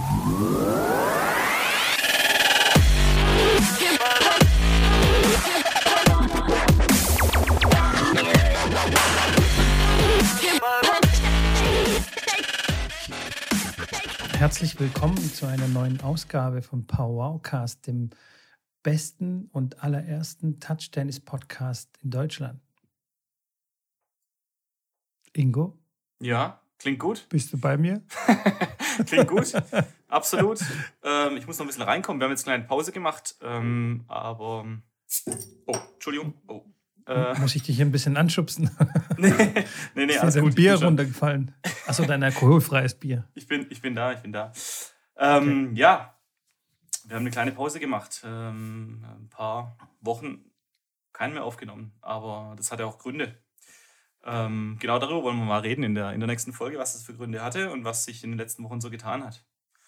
Herzlich willkommen zu einer neuen Ausgabe vom PowerWowcast, dem besten und allerersten Touch-Tennis-Podcast in Deutschland. Ingo? Ja, klingt gut. Bist du bei mir? Klingt gut, absolut. Ich muss noch ein bisschen reinkommen. Wir haben jetzt eine kleine Pause gemacht, aber... Oh, Entschuldigung. Oh. Muss ich dich ein bisschen anschubsen? Nee, Ist alles dir gut. ein Bier runtergefallen? Achso, dein alkoholfreies Bier. Ich bin da. Okay. Ja, wir haben eine kleine Pause gemacht. Ein paar Wochen keinen mehr aufgenommen, aber das hatte auch Gründe. Genau darüber wollen wir mal reden in der nächsten Folge, was das für Gründe hatte und was sich in den letzten Wochen so getan hat.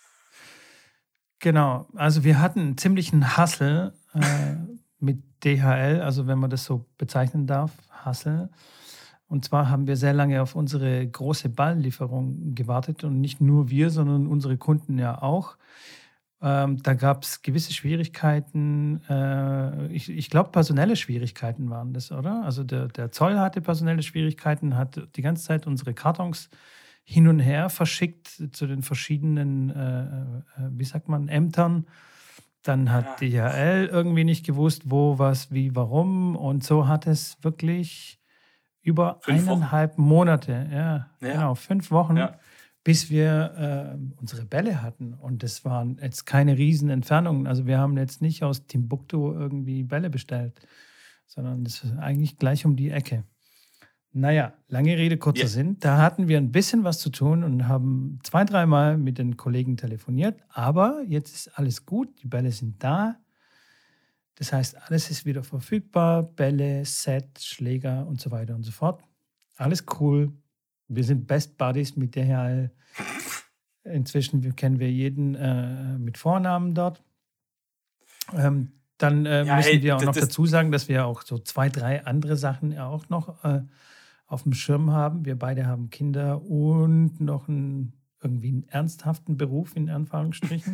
Genau, also wir hatten einen ziemlichen Hassel mit DHL, also wenn man das so bezeichnen darf, Hassel. Und zwar haben wir sehr lange auf unsere große Balllieferung gewartet und nicht nur wir, sondern unsere Kunden ja auch. Da gab es gewisse Schwierigkeiten, ich glaube personelle Schwierigkeiten waren das, oder? Also der Zoll hatte personelle Schwierigkeiten, hat die ganze Zeit unsere Kartons hin und her verschickt zu den verschiedenen, Ämtern. Dann hat DHL irgendwie nicht gewusst, wo, was, wie, warum. Und so hat es wirklich über 1,5 Monate, genau, 5 Wochen, bis wir unsere Bälle hatten. Und das waren jetzt keine riesen Entfernungen. Also wir haben jetzt nicht aus Timbuktu irgendwie Bälle bestellt, sondern das ist eigentlich gleich um die Ecke. Naja, lange Rede, kurzer Sinn. Da hatten wir ein bisschen was zu tun und haben 2-3 Mal mit den Kollegen telefoniert. Aber jetzt ist alles gut, die Bälle sind da. Das heißt, alles ist wieder verfügbar. Bälle, Set, Schläger und so weiter und so fort. Alles cool. Wir sind Best Buddies mit DHL. Inzwischen kennen wir jeden mit Vornamen dort. Dann müssen wir auch noch dazu sagen, dass wir auch so 2-3 andere Sachen ja auch noch auf dem Schirm haben. Wir beide haben Kinder und noch irgendwie einen ernsthaften Beruf, in Anführungsstrichen.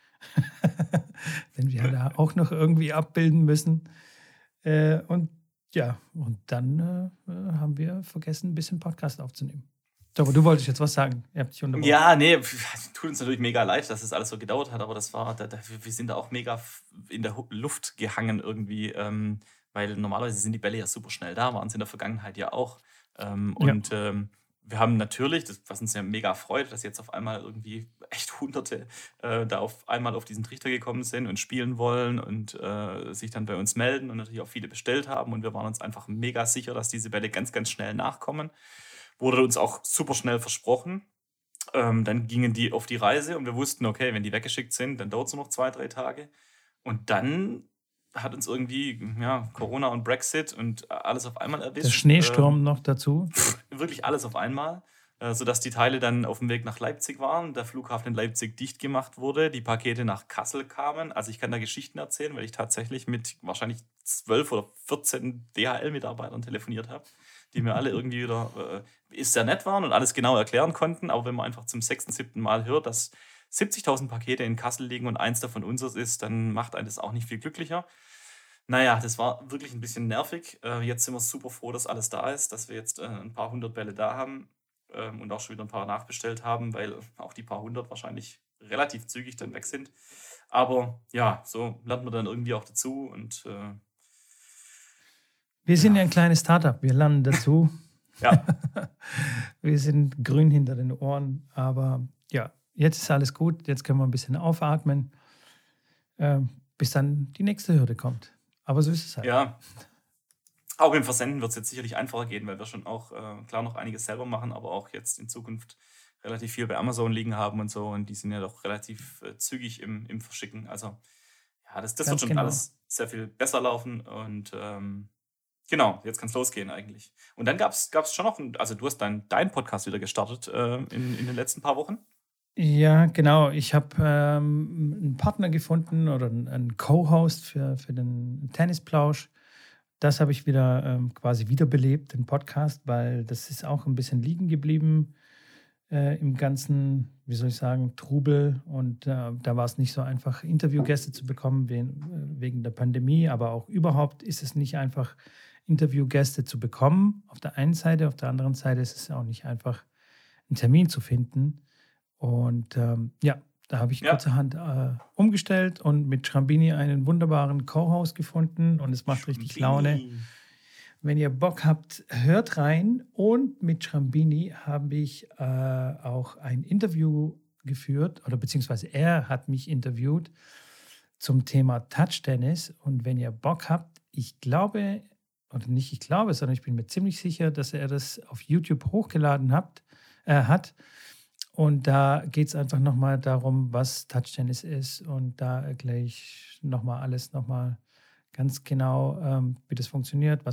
Den wir da auch noch irgendwie abbilden müssen. Und dann haben wir vergessen, ein bisschen Podcast aufzunehmen. So, aber du wolltest jetzt was sagen. Ihr habt dich unterbrochen. Ja, nee, tut uns natürlich mega leid, dass das alles so gedauert hat, aber wir sind da auch mega in der Luft gehangen irgendwie, weil normalerweise sind die Bälle ja super schnell da, waren es in der Vergangenheit ja auch. Wir haben natürlich, was uns ja mega freut, dass jetzt auf einmal irgendwie echt Hunderte da auf einmal auf diesen Trichter gekommen sind und spielen wollen und sich dann bei uns melden und natürlich auch viele bestellt haben. Und wir waren uns einfach mega sicher, dass diese Bälle ganz, ganz schnell nachkommen. Wurde uns auch super schnell versprochen. Dann gingen die auf die Reise und wir wussten, okay, wenn die weggeschickt sind, dann dauert es nur noch 2-3 Tage. Und dann hat uns irgendwie Corona und Brexit und alles auf einmal erwischt. Der Schneesturm noch dazu. Wirklich alles auf einmal, sodass die Teile dann auf dem Weg nach Leipzig waren, der Flughafen in Leipzig dicht gemacht wurde, die Pakete nach Kassel kamen. Also ich kann da Geschichten erzählen, weil ich tatsächlich mit wahrscheinlich 12 oder 14 DHL-Mitarbeitern telefoniert habe, die mir alle irgendwie wieder sehr nett waren und alles genau erklären konnten. Aber wenn man einfach zum 6., 7. Mal hört, dass 70.000 Pakete in Kassel liegen und eins davon unseres ist, dann macht einen das auch nicht viel glücklicher. Naja, das war wirklich ein bisschen nervig. Jetzt sind wir super froh, dass alles da ist, dass wir jetzt ein paar 100 Bälle da haben und auch schon wieder ein paar nachbestellt haben, weil auch die paar 100 wahrscheinlich relativ zügig dann weg sind. Aber ja, so lernt man dann irgendwie auch dazu. Und wir sind ja ein kleines Startup, wir lernen dazu. Ja. Wir sind grün hinter den Ohren, aber ja, jetzt ist alles gut, jetzt können wir ein bisschen aufatmen, bis dann die nächste Hürde kommt. Aber so ist es halt. Ja, auch im Versenden wird es jetzt sicherlich einfacher gehen, weil wir schon auch klar noch einiges selber machen, aber auch jetzt in Zukunft relativ viel bei Amazon liegen haben und so. Und die sind ja doch relativ zügig im Verschicken. Also ja, das wird schon alles sehr viel besser laufen. Und genau, jetzt kann es losgehen eigentlich. Und dann gab's schon noch, also du hast deinen Podcast wieder gestartet in den letzten paar Wochen. Ja, genau. Ich habe einen Partner gefunden oder einen Co-Host für den Tennisplausch. Das habe ich wieder quasi wiederbelebt, den Podcast, weil das ist auch ein bisschen liegen geblieben. im ganzen, wie soll ich sagen, Trubel. Und da war es nicht so einfach, Interviewgäste zu bekommen wegen der Pandemie. Aber auch überhaupt ist es nicht einfach, Interviewgäste zu bekommen. Auf der einen Seite, auf der anderen Seite ist es auch nicht einfach, einen Termin zu finden. Und da habe ich kurzerhand umgestellt und mit Schrambini einen wunderbaren Co-Host gefunden. Und es macht richtig Laune. Wenn ihr Bock habt, hört rein. Und mit Schrambini habe ich auch ein Interview geführt, oder beziehungsweise er hat mich interviewt zum Thema Touch-Tennis. Und wenn ihr Bock habt, ich glaube, oder nicht ich glaube, sondern ich bin mir ziemlich sicher, dass er das auf YouTube hochgeladen hat. Und da geht es einfach nochmal darum, was Touch-Tennis ist. Und da erkläre ich nochmal alles nochmal ganz genau, wie das funktioniert,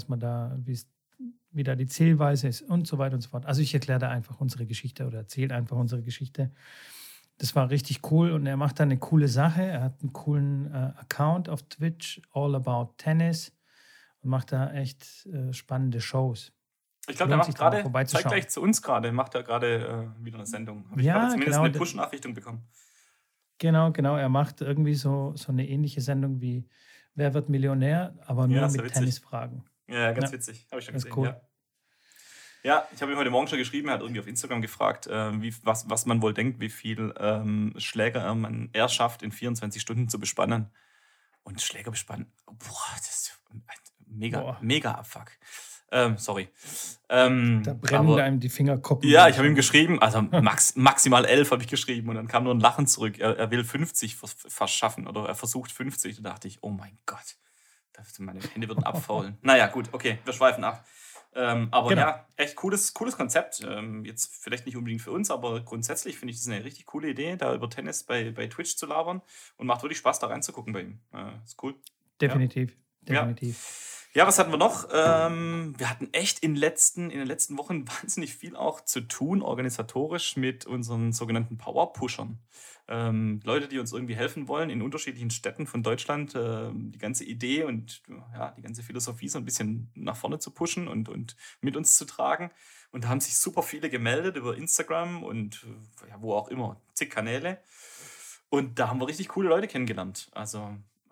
wie da die Zählweise ist und so weiter und so fort. Also ich erkläre da einfach unsere Geschichte oder erzähle einfach unsere Geschichte. Das war richtig cool und er macht da eine coole Sache. Er hat einen coolen Account auf Twitch, All About Tennis, und macht da echt spannende Shows. Ich glaube, der macht gerade, zeitgleich zu uns gerade, macht er gerade wieder eine Sendung. Habe ich zumindest eine Push-Nachrichtung bekommen. Genau. Er macht irgendwie so eine ähnliche Sendung wie Wer wird Millionär, aber nur mit Tennisfragen. Ja, ganz witzig. Habe ich schon gesehen. Cool. Ja, ich habe ihm heute Morgen schon geschrieben, er hat irgendwie auf Instagram gefragt, was man wohl denkt, wie viel Schläger er schafft, in 24 Stunden zu bespannen. Und Schläger bespannen, das ist mega Abfuck. Sorry. Da brennen einem die Fingerkuppen. Ja, ich habe ihm geschrieben, also maximal 11 habe ich geschrieben und dann kam nur ein Lachen zurück. Er will 50 fast schaffen oder er versucht 50. Da dachte ich, oh mein Gott, meine Hände würden abfaulen. Naja, gut, okay, wir schweifen ab. Aber genau. Ja, echt cooles Konzept. Jetzt vielleicht nicht unbedingt für uns, aber grundsätzlich finde ich das eine richtig coole Idee, da über Tennis bei Twitch zu labern und macht wirklich Spaß, da reinzugucken bei ihm. Ist cool. Definitiv. Ja, was hatten wir noch? Wir hatten echt in den letzten Wochen wahnsinnig viel auch zu tun, organisatorisch mit unseren sogenannten Power-Pushern. Leute, die uns irgendwie helfen wollen, in unterschiedlichen Städten von Deutschland die ganze Idee und die ganze Philosophie so ein bisschen nach vorne zu pushen und mit uns zu tragen. Und da haben sich super viele gemeldet über Instagram und wo auch immer, zig Kanäle. Und da haben wir richtig coole Leute kennengelernt. Also,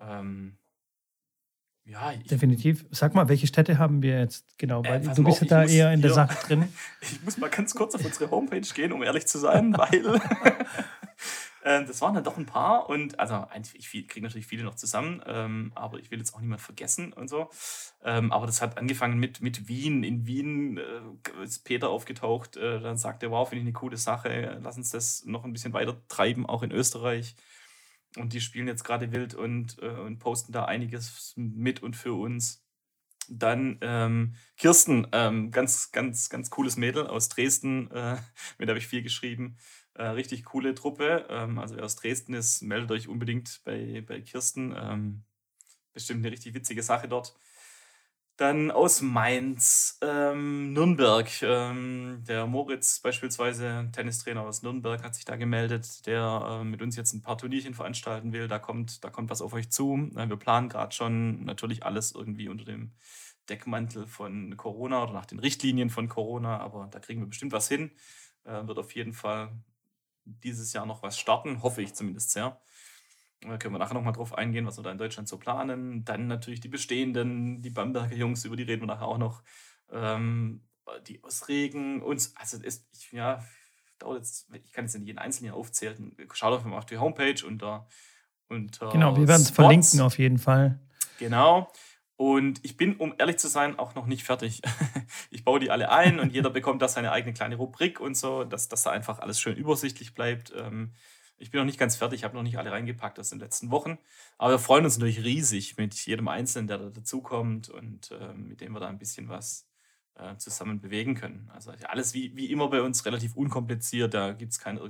definitiv. Sag mal, welche Städte haben wir jetzt genau? Weil du bist ja da eher in der Sache drin. Ich muss mal ganz kurz auf unsere Homepage gehen, um ehrlich zu sein, weil das waren dann doch ein paar. Und also ich kriege natürlich viele noch zusammen, aber ich will jetzt auch niemand vergessen und so. Aber das hat angefangen mit Wien. In Wien ist Peter aufgetaucht. Dann sagt er, wow, finde ich eine coole Sache. Lass uns das noch ein bisschen weiter treiben, auch in Österreich. Und die spielen jetzt gerade wild und posten da einiges mit und für uns. Dann Kirsten, ganz, ganz, ganz cooles Mädel aus Dresden, mit der habe ich viel geschrieben. Richtig coole Truppe. Also wer aus Dresden ist, meldet euch unbedingt bei Kirsten. Bestimmt eine richtig witzige Sache dort. Dann aus Mainz, Nürnberg. Der Moritz beispielsweise, Tennistrainer aus Nürnberg, hat sich da gemeldet, der mit uns jetzt ein paar Turnierchen veranstalten will. Da kommt was auf euch zu. Wir planen gerade schon natürlich alles irgendwie unter dem Deckmantel von Corona oder nach den Richtlinien von Corona, aber da kriegen wir bestimmt was hin. Wird auf jeden Fall dieses Jahr noch was starten, hoffe ich zumindest sehr. Da können wir nachher nochmal drauf eingehen, was wir da in Deutschland so planen. Dann natürlich die bestehenden, die Bamberger Jungs, über die reden wir nachher auch noch. Die aus Regen. Dauert jetzt, ich kann jetzt nicht jeden Einzelnen hier aufzählen. Schaut doch mal auf die Homepage unter genau, wir werden es verlinken auf jeden Fall. Genau. Und ich bin, um ehrlich zu sein, auch noch nicht fertig. Ich baue die alle ein und jeder bekommt da seine eigene kleine Rubrik und so, dass da einfach alles schön übersichtlich bleibt. Ich bin noch nicht ganz fertig, ich habe noch nicht alle reingepackt aus den letzten Wochen. Aber wir freuen uns natürlich riesig mit jedem Einzelnen, der da dazukommt und mit dem wir da ein bisschen was zusammen bewegen können. Also alles wie immer bei uns relativ unkompliziert. Da gibt es keinen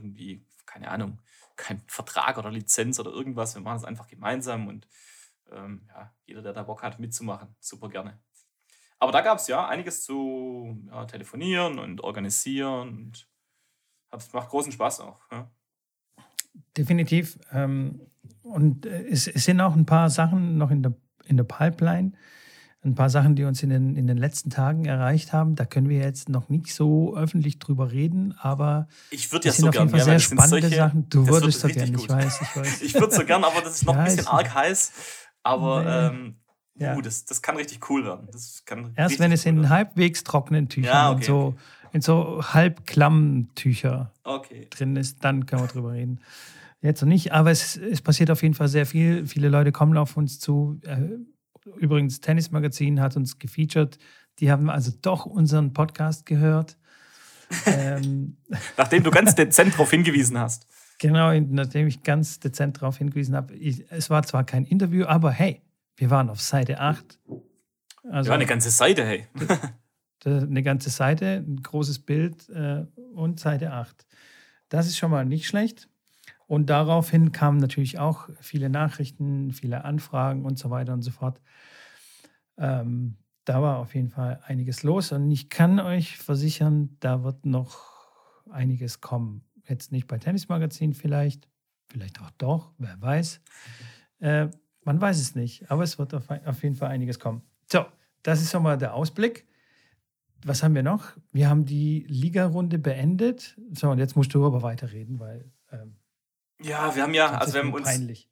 Vertrag oder Lizenz oder irgendwas. Wir machen es einfach gemeinsam und jeder, der da Bock hat, mitzumachen, super gerne. Aber da gab es einiges zu telefonieren und organisieren und macht großen Spaß auch. Ja. Definitiv. Und es sind auch ein paar Sachen noch in der Pipeline. ein paar Sachen, die uns in den letzten Tagen erreicht haben. Da können wir jetzt noch nicht so öffentlich drüber reden, aber ich würde ja sind so auf jeden gern, Fall sehr spannende Sachen. Du würdest so gerne, ich weiß. Ich würde so gern, aber das ist noch ein bisschen arg heiß. Aber das kann richtig cool werden. Erst wenn es in halbwegs trockenen Tüchern, in so Halbklammtücher drin ist, dann können wir drüber reden. Jetzt noch nicht, aber es passiert auf jeden Fall sehr viel. Viele Leute kommen auf uns zu. Übrigens, Tennismagazin hat uns gefeatured. Die haben also doch unseren Podcast gehört. Nachdem du ganz dezent darauf hingewiesen hast. Genau, nachdem ich ganz dezent darauf hingewiesen habe. Es war zwar kein Interview, aber hey, wir waren auf Seite 8. Also, eine ganze Seite, hey. Eine ganze Seite, ein großes Bild und Seite 8. Das ist schon mal nicht schlecht. Und daraufhin kamen natürlich auch viele Nachrichten, viele Anfragen und so weiter und so fort. Da war auf jeden Fall einiges los. Und ich kann euch versichern, da wird noch einiges kommen. Jetzt nicht bei Tennismagazin vielleicht auch doch, wer weiß. Man weiß es nicht, aber es wird auf jeden Fall einiges kommen. So, das ist schon mal der Ausblick. Was haben wir noch? Wir haben die Liga-Runde beendet. So, und jetzt musst du aber weiterreden, weil wir haben uns peinlich.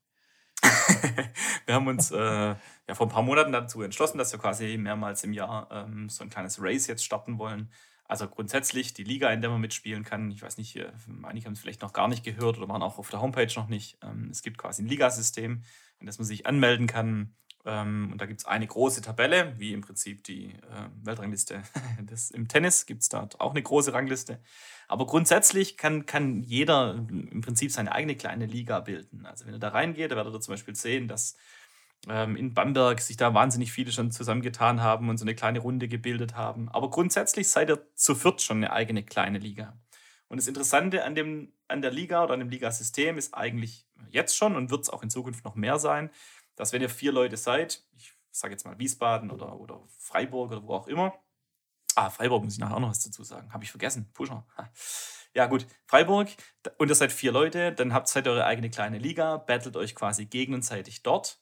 Wir haben uns vor ein paar Monaten dazu entschlossen, dass wir quasi mehrmals im Jahr so ein kleines Race jetzt starten wollen. Also grundsätzlich die Liga, in der man mitspielen kann. Ich weiß nicht, einige haben es vielleicht noch gar nicht gehört oder waren auch auf der Homepage noch nicht. Es gibt quasi ein Ligasystem, in das man sich anmelden kann. Und da gibt es eine große Tabelle, wie im Prinzip die Weltrangliste. Im Tennis gibt es dort auch eine große Rangliste. Aber grundsätzlich kann jeder im Prinzip seine eigene kleine Liga bilden. Also wenn ihr da reingeht, da werdet ihr zum Beispiel sehen, dass in Bamberg sich da wahnsinnig viele schon zusammengetan haben und so eine kleine Runde gebildet haben. Aber grundsätzlich seid ihr zu viert schon eine eigene kleine Liga. Und das Interessante an der Liga oder an dem Ligasystem ist eigentlich jetzt schon und wird es auch in Zukunft noch mehr sein, dass wenn ihr 4 Leute seid, ich sage jetzt mal Wiesbaden oder Freiburg oder wo auch immer. Freiburg muss ich nachher auch noch was dazu sagen. Habe ich vergessen. Pusher. Ja gut, Freiburg und ihr seid 4 Leute, dann seid ihr eure eigene kleine Liga, battelt euch quasi gegenseitig dort.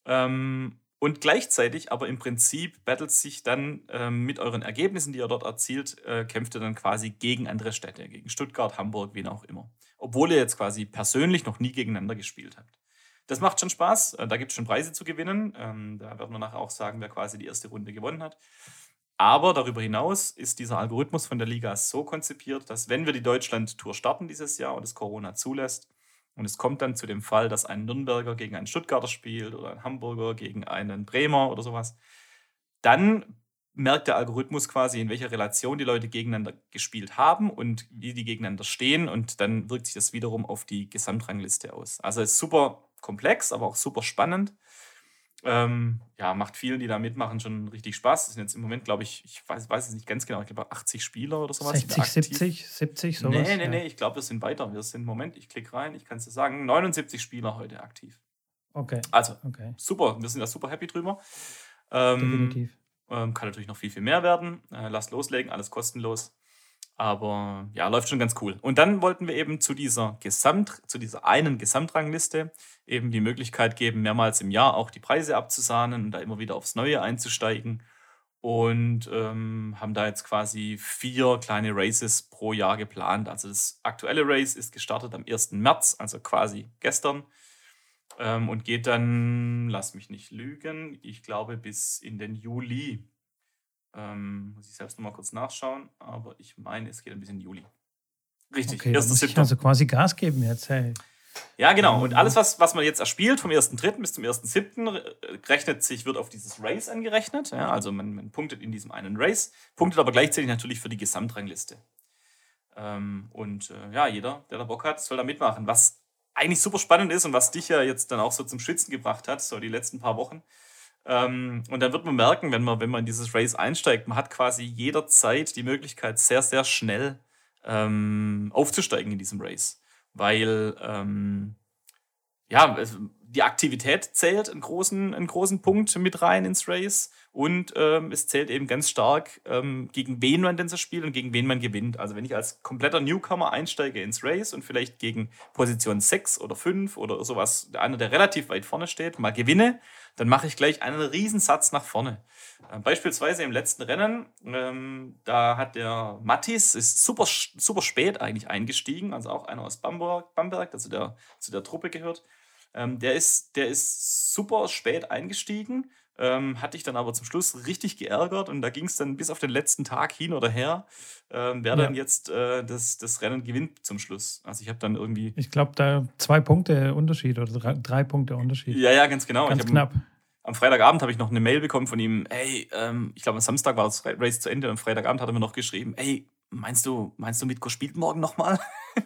Und gleichzeitig aber im Prinzip battelt sich dann mit euren Ergebnissen, die ihr dort erzielt, kämpft ihr dann quasi gegen andere Städte, gegen Stuttgart, Hamburg, wen auch immer. Obwohl ihr jetzt quasi persönlich noch nie gegeneinander gespielt habt. Das macht schon Spaß, da gibt es schon Preise zu gewinnen. Da werden wir nachher auch sagen, wer quasi die erste Runde gewonnen hat. Aber darüber hinaus ist dieser Algorithmus von der Liga so konzipiert, dass wenn wir die Deutschland-Tour starten dieses Jahr und es Corona zulässt, und es kommt dann zu dem Fall, dass ein Nürnberger gegen einen Stuttgarter spielt oder ein Hamburger gegen einen Bremer oder sowas, dann merkt der Algorithmus quasi, in welcher Relation die Leute gegeneinander gespielt haben und wie die gegeneinander stehen. Und dann wirkt sich das wiederum auf die Gesamtrangliste aus. Also es ist super komplex, aber auch super spannend. Macht vielen, die da mitmachen, schon richtig Spaß. Das sind jetzt im Moment, glaube ich weiß es nicht ganz genau, ich glaube 80 Spieler oder sowas. 60, 70, sowas? Nee, ich glaube, wir sind weiter. Wir sind, Moment, ich klicke rein, ich kann es dir sagen, 79 Spieler heute aktiv. Okay. Also, super, wir sind da super happy drüber. Definitiv. Kann natürlich noch viel, viel mehr werden. Lasst loslegen, alles kostenlos. Aber ja, läuft schon ganz cool. Und dann wollten wir eben zu dieser einen Gesamtrangliste eben die Möglichkeit geben, mehrmals im Jahr auch die Preise abzusahnen und da immer wieder aufs Neue einzusteigen. Und haben da jetzt quasi 4 kleine Races pro Jahr geplant. Also das aktuelle Race ist gestartet am 1. März, also quasi gestern. Und geht dann, lass mich nicht lügen, ich glaube bis in den Juli. Muss ich selbst noch mal kurz nachschauen, aber ich meine, es geht ein bisschen Juli. Richtig, okay, muss ich also quasi Gas geben jetzt, hey. Ja, genau. Und alles, was man jetzt erspielt, vom 1.3. bis zum 1.7., wird auf dieses Race angerechnet. Ja, also man punktet in diesem einen Race, punktet aber gleichzeitig natürlich für die Gesamtrangliste. Jeder, der da Bock hat, soll da mitmachen. Was eigentlich super spannend ist und was dich ja jetzt dann auch so zum Schwitzen gebracht hat, so die letzten paar Wochen. Und dann wird man merken, wenn man in dieses Race einsteigt, man hat quasi jederzeit die Möglichkeit, sehr, sehr schnell aufzusteigen in diesem Race. Weil die Aktivität zählt einen großen Punkt mit rein ins Race und es zählt eben ganz stark, gegen wen man denn so spielt und gegen wen man gewinnt. Also wenn ich als kompletter Newcomer einsteige ins Race und vielleicht gegen Position 6 oder 5 oder sowas, einer, der relativ weit vorne steht, mal gewinne, dann mache ich gleich einen Riesensatz nach vorne. Beispielsweise im letzten Rennen, da hat der Mattis, ist super spät eigentlich eingestiegen, also auch einer aus Bamberg, der zu der Truppe gehört. Der ist super spät eingestiegen, hat dich dann aber zum Schluss richtig geärgert und da ging es dann bis auf den letzten Tag hin oder her, wer dann jetzt das Rennen gewinnt zum Schluss. Also ich habe dann irgendwie... Ich glaube, da 2 Punkte Unterschied oder 3 Punkte Unterschied. Ja, ganz genau. Ganz knapp. Am Freitagabend habe ich noch eine Mail bekommen von ihm, ich glaube am Samstag war das Race zu Ende und am Freitagabend hat er mir noch geschrieben, meinst du, Mitko spielt morgen nochmal?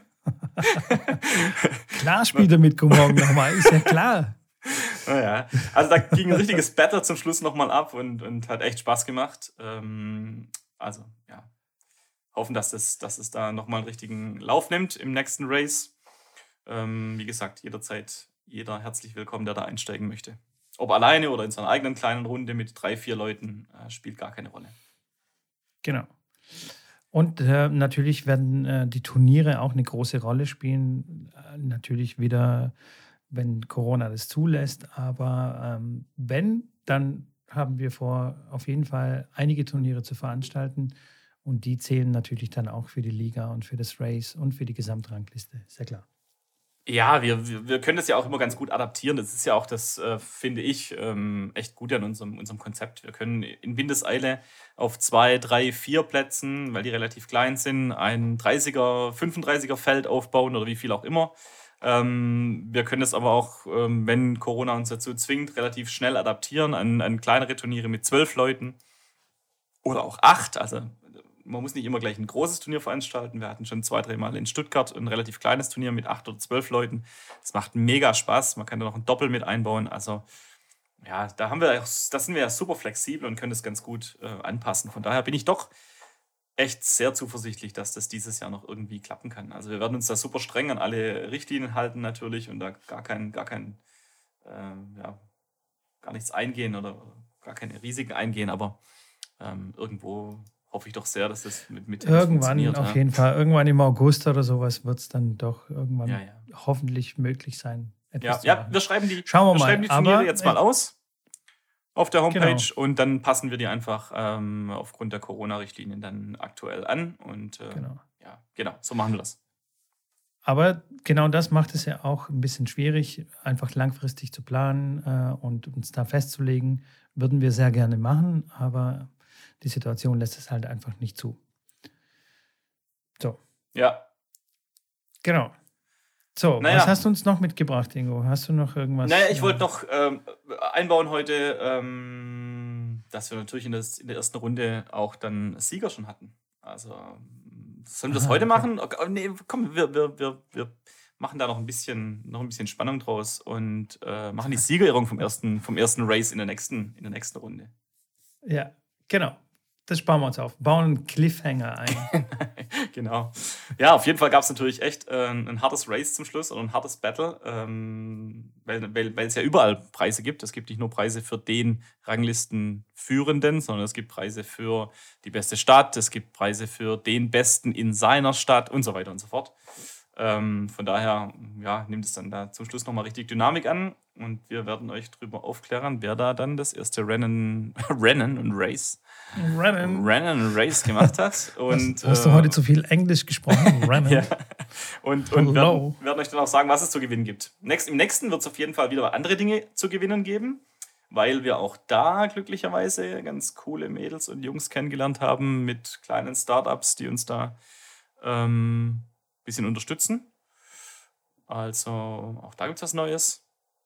Klar spielt er Mitko morgen nochmal, ist ja klar. Naja, also da ging ein richtiges Battle zum Schluss nochmal ab und hat echt Spaß gemacht. Also ja, hoffen, dass es da nochmal einen richtigen Lauf nimmt im nächsten Race. Wie gesagt, jederzeit jeder herzlich willkommen, der da einsteigen möchte. Ob alleine oder in seiner eigenen kleinen Runde mit 3-4 Leuten, spielt gar keine Rolle. Genau. Und natürlich werden die Turniere auch eine große Rolle spielen. Natürlich wieder, wenn Corona das zulässt. Aber wenn, dann haben wir vor, auf jeden Fall einige Turniere zu veranstalten. Und die zählen natürlich dann auch für die Liga und für das Race und für die Gesamtrangliste. Ist ja klar. Ja, wir können das ja auch immer ganz gut adaptieren. Das ist ja auch das, finde ich, echt gut an unserem Konzept. Wir können in Windeseile auf 2, 3, 4 Plätzen, weil die relativ klein sind, ein 30er, 35er Feld aufbauen oder wie viel auch immer. Wir können das aber auch, wenn Corona uns dazu zwingt, relativ schnell adaptieren an kleinere Turniere mit 12 Leuten oder auch 8. Also man muss nicht immer gleich ein großes Turnier veranstalten. Wir hatten schon 2-3 Mal in Stuttgart ein relativ kleines Turnier mit 8 oder 12 Leuten. Das macht mega Spaß. Man kann da noch ein Doppel mit einbauen. Also ja, da sind wir ja super flexibel und können das ganz gut anpassen. Von daher bin ich doch echt sehr zuversichtlich, dass das dieses Jahr noch irgendwie klappen kann. Also wir werden uns da super streng an alle Richtlinien halten natürlich und da gar nichts eingehen oder gar keine Risiken eingehen. Aber irgendwo hoffe ich doch sehr, dass das mit irgendwann auf jeden Fall. Irgendwann im August oder sowas wird es dann doch irgendwann hoffentlich möglich sein. Wir schreiben die Turniere aber jetzt mal aus auf der Homepage und dann passen wir die einfach aufgrund der Corona-Richtlinien dann aktuell an. Und genau, so machen wir das. Aber genau das macht es ja auch ein bisschen schwierig, einfach langfristig zu planen und uns da festzulegen. Würden wir sehr gerne machen, aber die Situation lässt es halt einfach nicht zu. So. Ja. Genau. So, was hast du uns noch mitgebracht, Ingo? Hast du noch irgendwas? Naja, ich wollte noch einbauen heute, dass wir natürlich in der ersten Runde auch dann Sieger schon hatten. Also, sollen wir das heute machen? Okay, nee, komm, wir machen da noch ein bisschen Spannung draus und machen die Siegerehrung vom ersten Race in der nächsten Runde. Ja, genau. Das sparen wir uns auf. Bauen einen Cliffhanger ein. Genau. Ja, auf jeden Fall gab es natürlich echt ein hartes Race zum Schluss oder ein hartes Battle, weil es ja überall Preise gibt. Es gibt nicht nur Preise für den Ranglistenführenden, sondern es gibt Preise für die beste Stadt, es gibt Preise für den Besten in seiner Stadt und so weiter und so fort. Von daher nimmt es dann da zum Schluss nochmal richtig Dynamik an und wir werden euch darüber aufklären, wer da dann das erste Rennen und Race gemacht hat. Und, hast du heute zu viel Englisch gesprochen? Rennen. Ja. Und werden euch dann auch sagen, was es zu gewinnen gibt. Im nächsten wird es auf jeden Fall wieder andere Dinge zu gewinnen geben, weil wir auch da glücklicherweise ganz coole Mädels und Jungs kennengelernt haben mit kleinen Startups, die uns da bisschen unterstützen. Also auch da gibt es was Neues.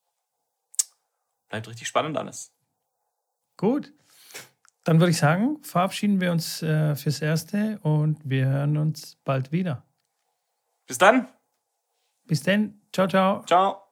Bleibt richtig spannend alles. Gut. Dann würde ich sagen, verabschieden wir uns fürs Erste und wir hören uns bald wieder. Bis dann. Bis dann. Ciao, ciao. Ciao.